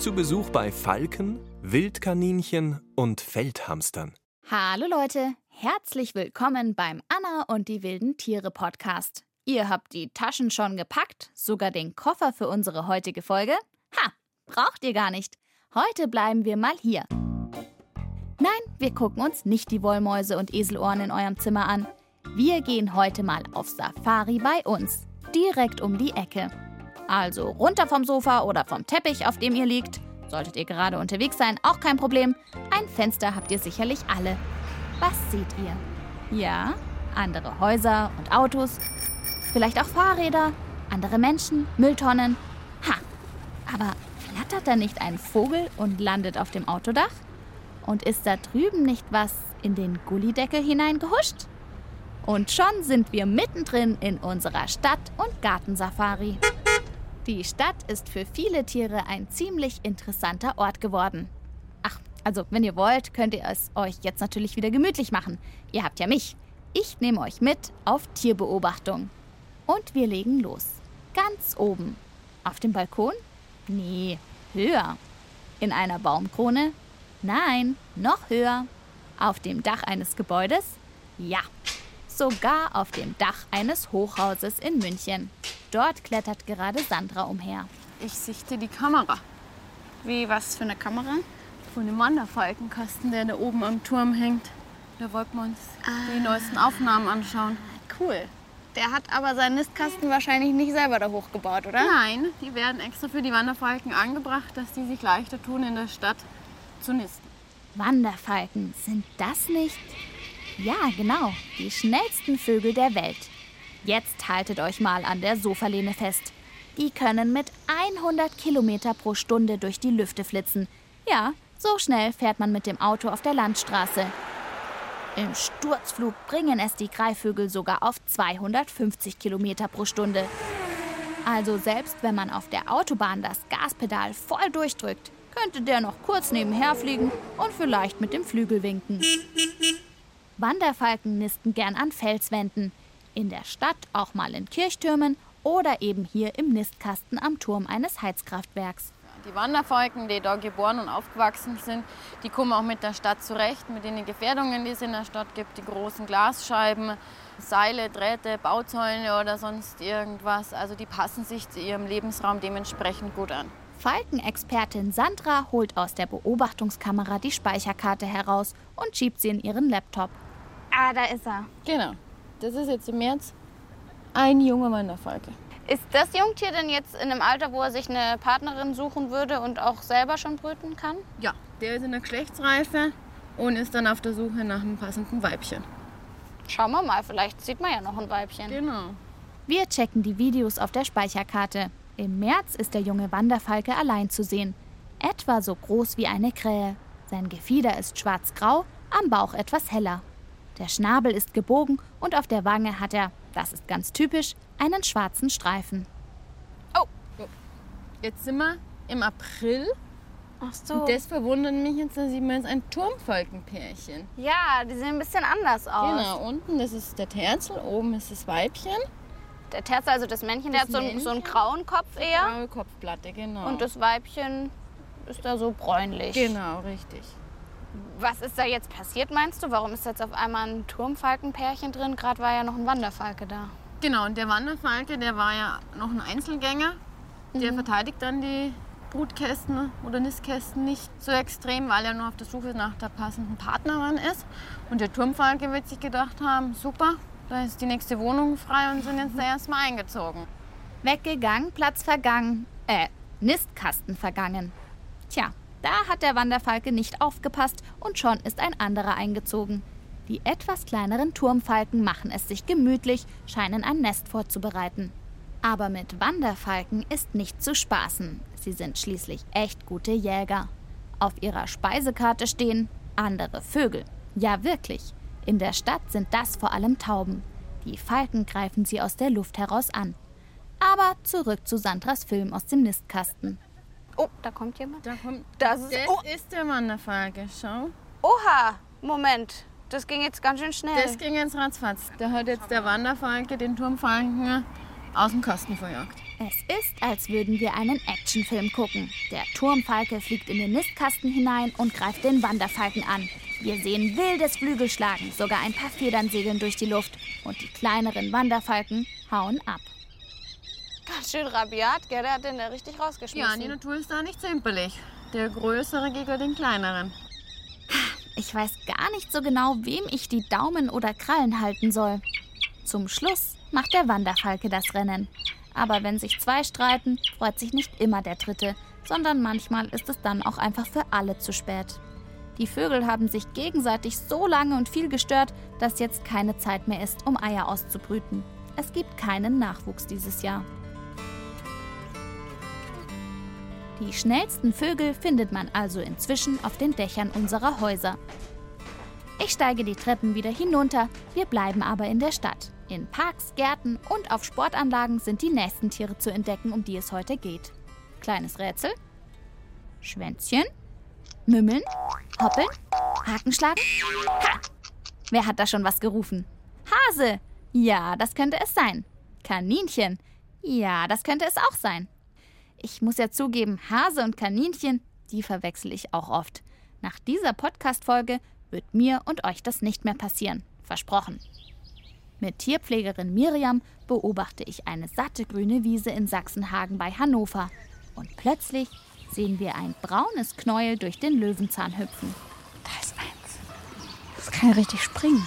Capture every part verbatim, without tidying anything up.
zu Besuch bei Falken, Wildkaninchen und Feldhamstern. Hallo Leute, herzlich willkommen beim Anna und die wilden Tiere Podcast. Ihr habt die Taschen schon gepackt, sogar den Koffer für unsere heutige Folge? Ha, braucht ihr gar nicht. Heute bleiben wir mal hier. Nein, wir gucken uns nicht die Wollmäuse und Eselohren in eurem Zimmer an. Wir gehen heute mal auf Safari bei uns, direkt um die Ecke. Also runter vom Sofa oder vom Teppich, auf dem ihr liegt. Solltet ihr gerade unterwegs sein, auch kein Problem. Ein Fenster habt ihr sicherlich alle. Was seht ihr? Ja, andere Häuser und Autos. Vielleicht auch Fahrräder, andere Menschen, Mülltonnen. Ha, aber flattert da nicht ein Vogel und landet auf dem Autodach? Und ist da drüben nicht was in den Gullideckel hineingehuscht? Und schon sind wir mittendrin in unserer Stadt- und Gartensafari. Die Stadt ist für viele Tiere ein ziemlich interessanter Ort geworden. Ach, also wenn ihr wollt, könnt ihr es euch jetzt natürlich wieder gemütlich machen. Ihr habt ja mich. Ich nehme euch mit auf Tierbeobachtung. Und wir legen los. Ganz oben. Auf dem Balkon? Nee, höher. In einer Baumkrone? Nein, noch höher. Auf dem Dach eines Gebäudes? Ja. Sogar auf dem Dach eines Hochhauses in München. Dort klettert gerade Sandra umher. Ich sichte die Kamera. Wie, was für eine Kamera? Von dem Wanderfalkenkasten, der da oben am Turm hängt. Da wollten wir uns ah. die neuesten Aufnahmen anschauen. Cool. Der hat aber seinen Nistkasten wahrscheinlich nicht selber da hochgebaut, oder? Nein, die werden extra für die Wanderfalken angebracht, dass die sich leichter tun, in der Stadt zu nisten. Wanderfalken, sind das nicht? Ja, genau, die schnellsten Vögel der Welt. Jetzt haltet euch mal an der Sofalehne fest. Die können mit hundert Kilometer pro Stunde durch die Lüfte flitzen. Ja, so schnell fährt man mit dem Auto auf der Landstraße. Im Sturzflug bringen es die Greifvögel sogar auf zweihundertfünfzig Kilometer pro Stunde. Also selbst wenn man auf der Autobahn das Gaspedal voll durchdrückt, könnte der noch kurz nebenher fliegen und vielleicht mit dem Flügel winken. Wanderfalken nisten gern an Felswänden, in der Stadt auch mal in Kirchtürmen oder eben hier im Nistkasten am Turm eines Heizkraftwerks. Die Wanderfalken, die da geboren und aufgewachsen sind, die kommen auch mit der Stadt zurecht, mit den Gefährdungen, die es in der Stadt gibt, die großen Glasscheiben, Seile, Drähte, Bauzäune oder sonst irgendwas. Also die passen sich zu ihrem Lebensraum dementsprechend gut an. Falkenexpertin Sandra holt aus der Beobachtungskamera die Speicherkarte heraus und schiebt sie in ihren Laptop. Ah, da ist er. Genau. Das ist jetzt im März ein junger Wanderfalke. Ist das Jungtier denn jetzt in einem Alter, wo er sich eine Partnerin suchen würde und auch selber schon brüten kann? Ja, der ist in der Geschlechtsreife und ist dann auf der Suche nach einem passenden Weibchen. Schauen wir mal, vielleicht sieht man ja noch ein Weibchen. Genau. Wir checken die Videos auf der Speicherkarte. Im März ist der junge Wanderfalke allein zu sehen. Etwa so groß wie eine Krähe. Sein Gefieder ist schwarz-grau, am Bauch etwas heller. Der Schnabel ist gebogen und auf der Wange hat er, das ist ganz typisch, einen schwarzen Streifen. Oh, jetzt sind wir im April. Ach so. Und das verwundert mich jetzt, da sieht man jetzt ein Turmfalkenpärchen. Ja, die sehen ein bisschen anders aus. Genau, unten das ist der Terzel, oben ist das Weibchen. Der Terzel, also das Männchen, das der hat so, so einen grauen Kopf eher. Graue Kopfplatte, genau. Und das Weibchen ist da so bräunlich. Genau, richtig. Was ist da jetzt passiert, meinst du? Warum ist jetzt auf einmal ein Turmfalkenpärchen drin? Gerade war ja noch ein Wanderfalke da. Genau, und der Wanderfalke, der war ja noch ein Einzelgänger. Der mhm. verteidigt dann die Brutkästen oder Nistkästen nicht so extrem, weil er nur auf der Suche nach der passenden Partnerin ist. Und der Turmfalke wird sich gedacht haben, super, da ist die nächste Wohnung frei und sind jetzt da erstmal eingezogen. Weggegangen, Platz vergangen, äh, Nistkasten vergangen. Tja, da hat der Wanderfalke nicht aufgepasst und schon ist ein anderer eingezogen. Die etwas kleineren Turmfalken machen es sich gemütlich, scheinen ein Nest vorzubereiten. Aber mit Wanderfalken ist nicht zu spaßen. Sie sind schließlich echt gute Jäger. Auf ihrer Speisekarte stehen andere Vögel. Ja, wirklich. In der Stadt sind das vor allem Tauben. Die Falken greifen sie aus der Luft heraus an. Aber zurück zu Sandras Film aus dem Nistkasten. Oh, da kommt jemand. Da kommt, das ist, ist, das oh. ist der Wanderfalke, schau. Oha, Moment. Das ging jetzt ganz schön schnell. Das ging jetzt ratzfatz. Da hat jetzt der Wanderfalke den Turmfalken aus dem Kasten verjagt. Es ist, als würden wir einen Actionfilm gucken. Der Turmfalke fliegt in den Nistkasten hinein und greift den Wanderfalken an. Wir sehen wildes Flügelschlagen, sogar ein paar Federn segeln durch die Luft. Und die kleineren Wanderfalken hauen ab. Ganz schön rabiat, gell? Der hat den da richtig rausgeschmissen. Ja, die Natur ist da nicht zimperlich. Der Größere gegen den Kleineren. Ich weiß gar nicht so genau, wem ich die Daumen oder Krallen halten soll. Zum Schluss macht der Wanderfalke das Rennen. Aber wenn sich zwei streiten, freut sich nicht immer der Dritte, sondern manchmal ist es dann auch einfach für alle zu spät. Die Vögel haben sich gegenseitig so lange und viel gestört, dass jetzt keine Zeit mehr ist, um Eier auszubrüten. Es gibt keinen Nachwuchs dieses Jahr. Die schnellsten Vögel findet man also inzwischen auf den Dächern unserer Häuser. Ich steige die Treppen wieder hinunter, wir bleiben aber in der Stadt. In Parks, Gärten und auf Sportanlagen sind die nächsten Tiere zu entdecken, um die es heute geht. Kleines Rätsel? Schwänzchen? Mümmeln? Hoppeln? Hakenschlagen? Ha! Wer hat da schon was gerufen? Hase! Ja, das könnte es sein. Kaninchen? Ja, das könnte es auch sein. Ich muss ja zugeben, Hase und Kaninchen, die verwechsel ich auch oft. Nach dieser Podcast-Folge wird mir und euch das nicht mehr passieren. Versprochen. Mit Tierpflegerin Miriam beobachte ich eine satte grüne Wiese in Sachsenhagen bei Hannover. Und plötzlich sehen wir ein braunes Knäuel durch den Löwenzahn hüpfen. Da ist eins. Das kann ja richtig springen.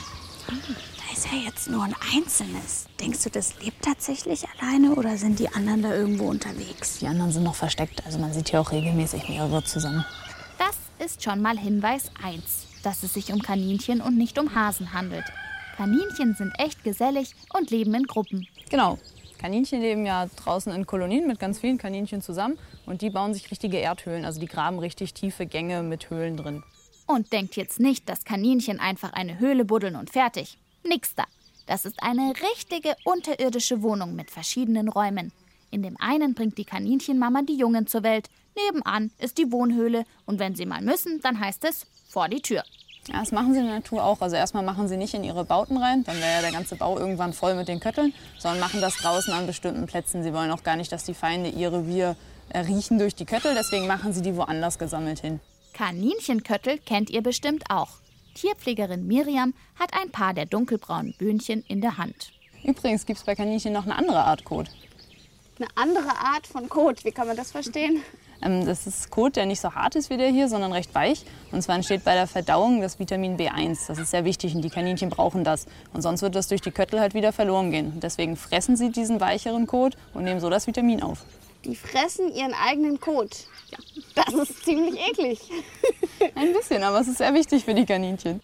Da ist ja jetzt nur ein einzelnes. Denkst du, das lebt tatsächlich alleine oder sind die anderen da irgendwo unterwegs? Die anderen sind noch versteckt, also man sieht hier auch regelmäßig mehrere zusammen. Das ist schon mal Hinweis eins, dass es sich um Kaninchen und nicht um Hasen handelt. Kaninchen sind echt gesellig und leben in Gruppen. Genau. Kaninchen leben ja draußen in Kolonien mit ganz vielen Kaninchen zusammen und die bauen sich richtige Erdhöhlen, also die graben richtig tiefe Gänge mit Höhlen drin. Und denkt jetzt nicht, dass Kaninchen einfach eine Höhle buddeln und fertig. Nix da. Das ist eine richtige unterirdische Wohnung mit verschiedenen Räumen. In dem einen bringt die Kaninchenmama die Jungen zur Welt. Nebenan ist die Wohnhöhle und wenn sie mal müssen, dann heißt es vor die Tür. Ja, das machen sie in der Natur auch. Also erstmal machen sie nicht in ihre Bauten rein, dann wäre ja der ganze Bau irgendwann voll mit den Kötteln, sondern machen das draußen an bestimmten Plätzen. Sie wollen auch gar nicht, dass die Feinde ihr Revier riechen durch die Köttel, deswegen machen sie die woanders gesammelt hin. Kaninchenköttel kennt ihr bestimmt auch. Tierpflegerin Miriam hat ein paar der dunkelbraunen Böhnchen in der Hand. Übrigens gibt es bei Kaninchen noch eine andere Art Kot. Eine andere Art von Kot, wie kann man das verstehen? Ähm, das ist Kot, der nicht so hart ist wie der hier, sondern recht weich. Und zwar entsteht bei der Verdauung das Vitamin B eins. Das ist sehr wichtig und die Kaninchen brauchen das. Und sonst wird das durch die Köttel halt wieder verloren gehen. Und deswegen fressen sie diesen weicheren Kot und nehmen so das Vitamin auf. Die fressen ihren eigenen Kot. Ja. Das ist ziemlich eklig. Ein bisschen, aber es ist sehr wichtig für die Kaninchen.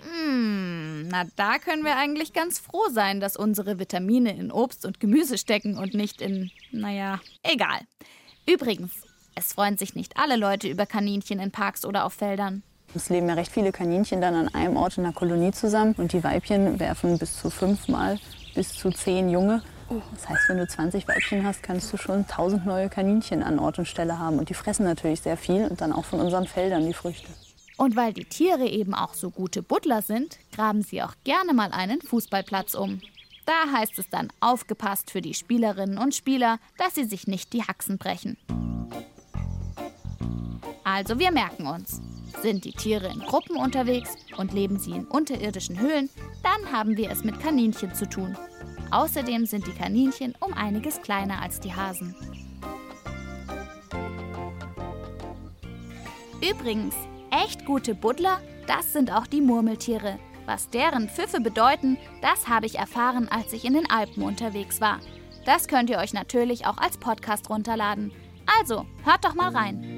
Hm, na da können wir eigentlich ganz froh sein, dass unsere Vitamine in Obst und Gemüse stecken und nicht in, naja, egal. Übrigens, es freuen sich nicht alle Leute über Kaninchen in Parks oder auf Feldern. Es leben ja recht viele Kaninchen dann an einem Ort in einer Kolonie zusammen und die Weibchen werfen bis zu fünfmal bis zu zehn Junge. Das heißt, wenn du zwanzig Weibchen hast, kannst du schon tausend neue Kaninchen an Ort und Stelle haben. Und die fressen natürlich sehr viel und dann auch von unseren Feldern die Früchte. Und weil die Tiere eben auch so gute Buddler sind, graben sie auch gerne mal einen Fußballplatz um. Da heißt es dann aufgepasst für die Spielerinnen und Spieler, dass sie sich nicht die Haxen brechen. Also wir merken uns, sind die Tiere in Gruppen unterwegs und leben sie in unterirdischen Höhlen, dann haben wir es mit Kaninchen zu tun. Außerdem sind die Kaninchen um einiges kleiner als die Hasen. Übrigens, echt gute Buddler, das sind auch die Murmeltiere. Was deren Pfiffe bedeuten, das habe ich erfahren, als ich in den Alpen unterwegs war. Das könnt ihr euch natürlich auch als Podcast runterladen. Also, hört doch mal rein.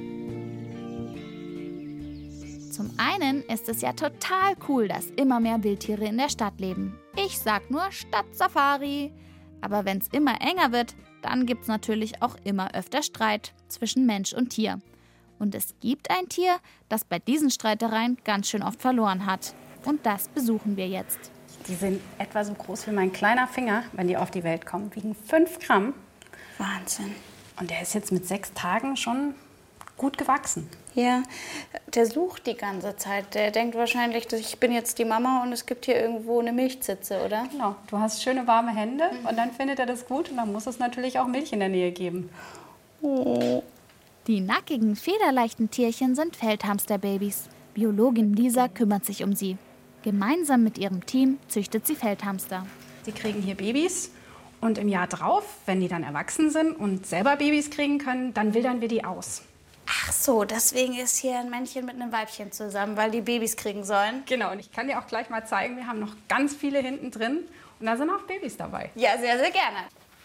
Zum einen ist es ja total cool, dass immer mehr Wildtiere in der Stadt leben. Ich sag nur Stadtsafari. Aber wenn es immer enger wird, dann gibt es natürlich auch immer öfter Streit zwischen Mensch und Tier. Und es gibt ein Tier, das bei diesen Streitereien ganz schön oft verloren hat. Und das besuchen wir jetzt. Die sind etwa so groß wie mein kleiner Finger, wenn die auf die Welt kommen. Wiegen fünf Gramm. Wahnsinn. Und der ist jetzt mit sechs Tagen schon gut gewachsen. Ja, der sucht die ganze Zeit. Der denkt wahrscheinlich, dass ich bin jetzt die Mama und es gibt hier irgendwo eine Milchzitze, oder? Genau, du hast schöne warme Hände und dann findet er das gut und dann muss es natürlich auch Milch in der Nähe geben. Oh. Die nackigen, federleichten Tierchen sind Feldhamsterbabys. Biologin Lisa kümmert sich um sie. Gemeinsam mit ihrem Team züchtet sie Feldhamster. Sie kriegen hier Babys und im Jahr drauf, wenn die dann erwachsen sind und selber Babys kriegen können, dann wildern wir die aus. Ach so, deswegen ist hier ein Männchen mit einem Weibchen zusammen, weil die Babys kriegen sollen. Genau, und ich kann dir auch gleich mal zeigen, wir haben noch ganz viele hinten drin und da sind auch Babys dabei. Ja, sehr, sehr gerne.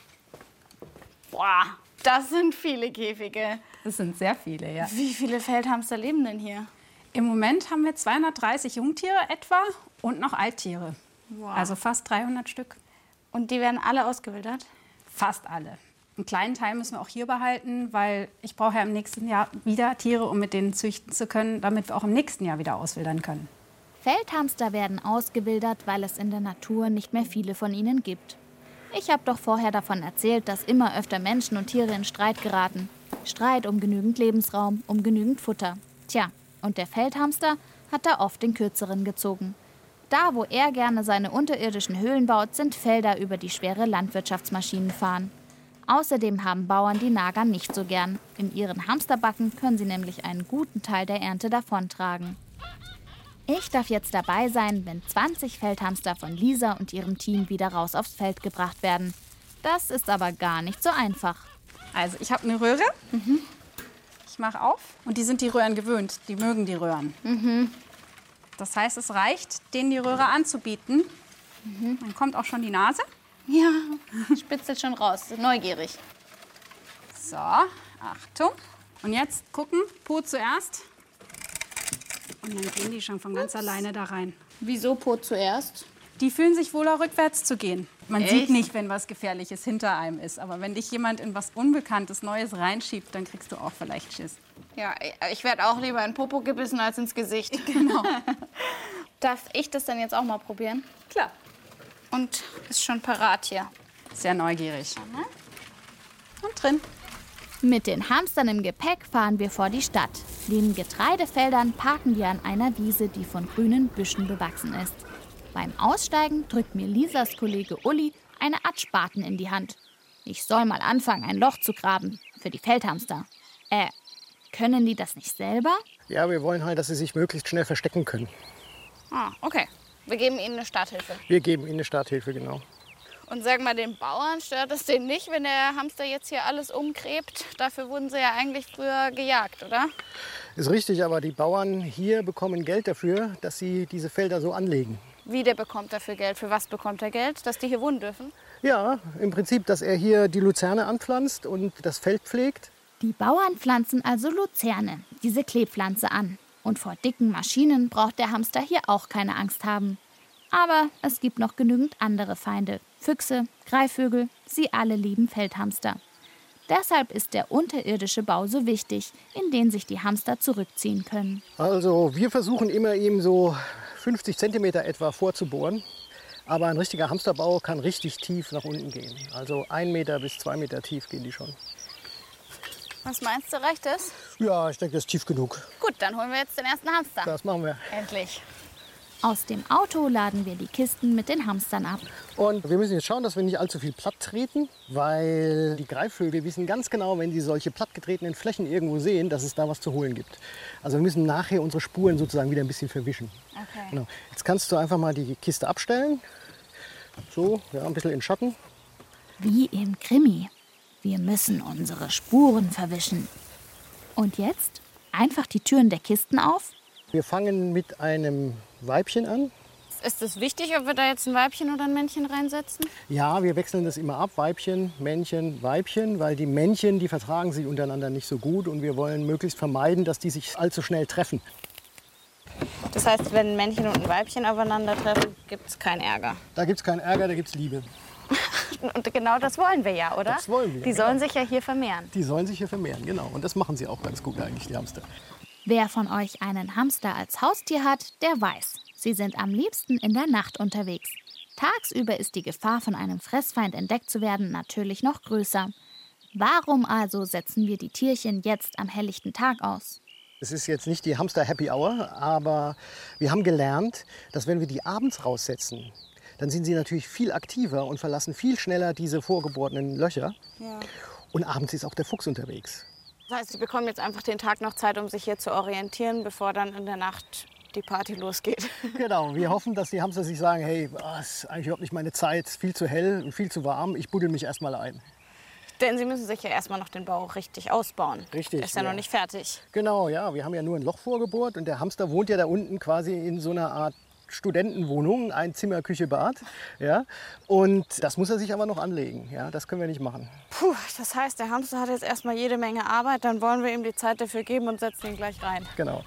Boah, das sind viele Käfige. Das sind sehr viele, ja. Wie viele Feldhamster leben denn hier? Im Moment haben wir zweihundertdreißig Jungtiere etwa und noch Alttiere. Wow. Also fast dreihundert Stück. Und die werden alle ausgewildert? Fast alle. Einen kleinen Teil müssen wir auch hier behalten, weil ich brauche ja im nächsten Jahr wieder Tiere, um mit denen züchten zu können, damit wir auch im nächsten Jahr wieder auswildern können. Feldhamster werden ausgewildert, weil es in der Natur nicht mehr viele von ihnen gibt. Ich habe doch vorher davon erzählt, dass immer öfter Menschen und Tiere in Streit geraten. Streit um genügend Lebensraum, um genügend Futter. Tja, und der Feldhamster hat da oft den Kürzeren gezogen. Da, wo er gerne seine unterirdischen Höhlen baut, sind Felder, über die schwere Landwirtschaftsmaschinen fahren. Außerdem haben Bauern die Nager nicht so gern. In ihren Hamsterbacken können sie nämlich einen guten Teil der Ernte davontragen. Ich darf jetzt dabei sein, wenn zwanzig Feldhamster von Lisa und ihrem Team wieder raus aufs Feld gebracht werden. Das ist aber gar nicht so einfach. Also ich habe eine Röhre. Mhm. Ich mache auf und die sind die Röhren gewöhnt. Die mögen die Röhren. Mhm. Das heißt, es reicht, denen die Röhre anzubieten. Mhm. Dann kommt auch schon die Nase. Ja, spitzelt schon raus. Neugierig. So, Achtung. Und jetzt gucken, Po zuerst. Und dann gehen die schon von ganz Ups. alleine da rein. Wieso Po zuerst? Die fühlen sich wohler, rückwärts zu gehen. Man Echt? sieht nicht, wenn was Gefährliches hinter einem ist. Aber wenn dich jemand in was Unbekanntes, Neues reinschiebt, dann kriegst du auch vielleicht Schiss. Ja, ich werde auch lieber in Popo gebissen als ins Gesicht. Genau. Darf ich das dann jetzt auch mal probieren? Klar. Und ist schon parat hier. Sehr neugierig. Und drin. Mit den Hamstern im Gepäck fahren wir vor die Stadt. Neben Getreidefeldern parken wir an einer Wiese, die von grünen Büschen bewachsen ist. Beim Aussteigen drückt mir Lisas Kollege Uli eine Art Spaten in die Hand. Ich soll mal anfangen, ein Loch zu graben für die Feldhamster. Äh, können die das nicht selber? Ja, wir wollen halt, dass sie sich möglichst schnell verstecken können. Ah, okay. Wir geben ihnen eine Starthilfe. Wir geben ihnen eine Starthilfe, genau. Und sag mal, den Bauern stört es denen nicht, wenn der Hamster jetzt hier alles umgräbt? Dafür wurden sie ja eigentlich früher gejagt, oder? Ist richtig, aber die Bauern hier bekommen Geld dafür, dass sie diese Felder so anlegen. Wie, der bekommt dafür Geld? Für was bekommt er Geld? Dass die hier wohnen dürfen? Ja, im Prinzip, dass er hier die Luzerne anpflanzt und das Feld pflegt. Die Bauern pflanzen also Luzerne, diese Kleepflanze, an. Und vor dicken Maschinen braucht der Hamster hier auch keine Angst haben. Aber es gibt noch genügend andere Feinde. Füchse, Greifvögel, sie alle lieben Feldhamster. Deshalb ist der unterirdische Bau so wichtig, in den sich die Hamster zurückziehen können. Also wir versuchen immer ihm so fünfzig Zentimeter etwa vorzubohren. Aber ein richtiger Hamsterbau kann richtig tief nach unten gehen. Also ein Meter bis zwei Meter tief gehen die schon. Was meinst du, reicht das? Ja, ich denke, das ist tief genug. Gut, dann holen wir jetzt den ersten Hamster. Das machen wir. Endlich. Aus dem Auto laden wir die Kisten mit den Hamstern ab. Und wir müssen jetzt schauen, dass wir nicht allzu viel platt treten, weil die Greifvögel wissen ganz genau, wenn sie solche plattgetretenen Flächen irgendwo sehen, dass es da was zu holen gibt. Also wir müssen nachher unsere Spuren sozusagen wieder ein bisschen verwischen. Okay. Genau. Jetzt kannst du einfach mal die Kiste abstellen. So, ja, ein bisschen in Schatten. Wie im Krimi. Wir müssen unsere Spuren verwischen. Und jetzt einfach die Türen der Kisten auf. Wir fangen mit einem Weibchen an. Ist es wichtig, ob wir da jetzt ein Weibchen oder ein Männchen reinsetzen? Ja, wir wechseln das immer ab, Weibchen, Männchen, Weibchen, weil die Männchen, die vertragen sich untereinander nicht so gut und wir wollen möglichst vermeiden, dass die sich allzu schnell treffen. Das heißt, wenn ein Männchen und ein Weibchen aufeinandertreffen, gibt es keinen Ärger. Da gibt es keinen Ärger, da gibt es Liebe. Und genau das wollen wir ja, oder? Das wollen wir, Die sollen genau. sich ja hier vermehren. Die sollen sich hier vermehren, genau. Und das machen sie auch ganz gut eigentlich, die Hamster. Wer von euch einen Hamster als Haustier hat, der weiß, sie sind am liebsten in der Nacht unterwegs. Tagsüber ist die Gefahr, von einem Fressfeind entdeckt zu werden, natürlich noch größer. Warum also setzen wir die Tierchen jetzt am helllichten Tag aus? Es ist jetzt nicht die Hamster-Happy Hour, aber wir haben gelernt, dass wenn wir die abends raussetzen, dann sind sie natürlich viel aktiver und verlassen viel schneller diese vorgeborenen Löcher. Ja. Und abends ist auch der Fuchs unterwegs. Das heißt, Sie bekommen jetzt einfach den Tag noch Zeit, um sich hier zu orientieren, bevor dann in der Nacht die Party losgeht. Genau, wir hoffen, dass die Hamster sich sagen, hey, das ist eigentlich überhaupt nicht meine Zeit, es ist viel zu hell und viel zu warm, ich buddel mich erst mal ein. Denn Sie müssen sich ja erstmal noch den Bau richtig ausbauen. Richtig. Der ist ja, ja noch nicht fertig. Genau, ja. Wir haben ja nur ein Loch vorgebohrt und der Hamster wohnt ja da unten quasi in so einer Art Studentenwohnung, ein Zimmer, Küche, Bad. Ja. Und das muss er sich aber noch anlegen. Ja. Das können wir nicht machen. Puh, das heißt, der Hamster hat jetzt erstmal jede Menge Arbeit. Dann wollen wir ihm die Zeit dafür geben und setzen ihn gleich rein. Genau.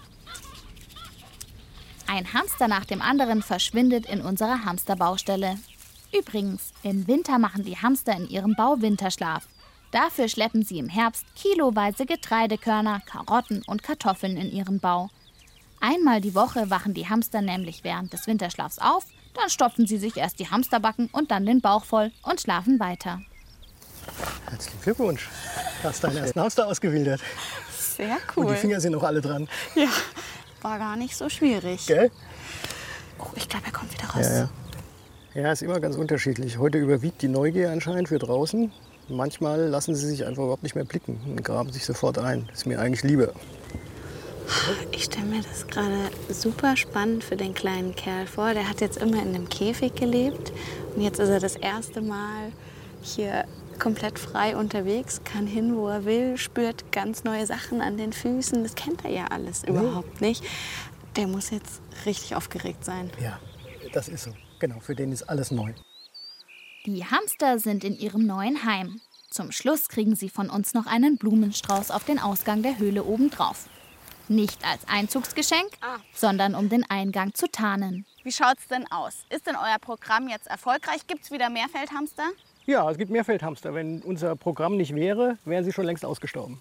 Ein Hamster nach dem anderen verschwindet in unserer Hamsterbaustelle. Übrigens, im Winter machen die Hamster in ihrem Bau Winterschlaf. Dafür schleppen sie im Herbst kiloweise Getreidekörner, Karotten und Kartoffeln in ihren Bau. Einmal die Woche wachen die Hamster nämlich während des Winterschlafs auf, dann stopfen sie sich erst die Hamsterbacken und dann den Bauch voll und schlafen weiter. Herzlichen Glückwunsch. Du hast deinen ersten Hamster ausgewildert. Sehr cool. Und die Finger sind noch alle dran. Ja, war gar nicht so schwierig. Gell? Oh, ich glaube, er kommt wieder raus. Ja, ja. Ja, ist immer ganz unterschiedlich. Heute überwiegt die Neugier anscheinend für draußen. Manchmal lassen sie sich einfach überhaupt nicht mehr blicken und graben sich sofort ein. Das ist mir eigentlich lieber. Ich stelle mir das gerade super spannend für den kleinen Kerl vor. Der hat jetzt immer in einem Käfig gelebt und jetzt ist er das erste Mal hier komplett frei unterwegs, kann hin, wo er will, spürt ganz neue Sachen an den Füßen. Das kennt er ja alles überhaupt nicht. Der muss jetzt richtig aufgeregt sein. Ja, das ist so. Genau, für den ist alles neu. Die Hamster sind in ihrem neuen Heim. Zum Schluss kriegen sie von uns noch einen Blumenstrauß auf den Ausgang der Höhle obendrauf. Nicht als Einzugsgeschenk, Ah. sondern um den Eingang zu tarnen. Wie schaut's denn aus? Ist denn euer Programm jetzt erfolgreich? Gibt's wieder mehr Feldhamster? Ja, es gibt mehr Feldhamster. Wenn unser Programm nicht wäre, wären sie schon längst ausgestorben.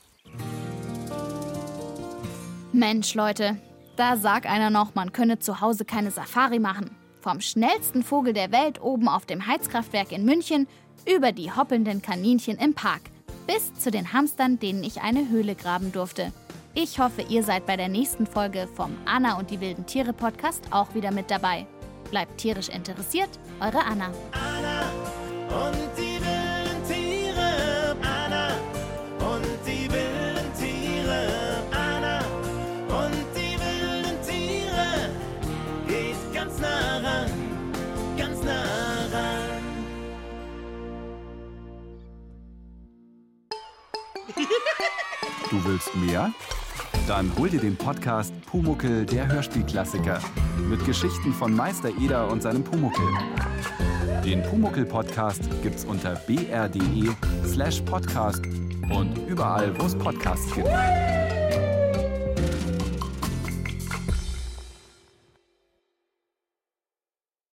Mensch, Leute, da sagt einer noch, man könne zu Hause keine Safari machen. Vom schnellsten Vogel der Welt oben auf dem Heizkraftwerk in München über die hoppelnden Kaninchen im Park bis zu den Hamstern, denen ich eine Höhle graben durfte. Ich hoffe, ihr seid bei der nächsten Folge vom Anna und die wilden Tiere Podcast auch wieder mit dabei. Bleibt tierisch interessiert, eure Anna. Anna und die wilden Tiere. Anna und die wilden Tiere. Anna und die wilden Tiere. Geht ganz nah ran, ganz nah ran. Du willst mehr? Dann hol dir den Podcast Pumuckl, der Hörspielklassiker. Mit Geschichten von Meister Eder und seinem Pumuckl. Den Pumuckl-Podcast gibt's unter b r punkt d e slash podcast und überall, wo es Podcasts gibt.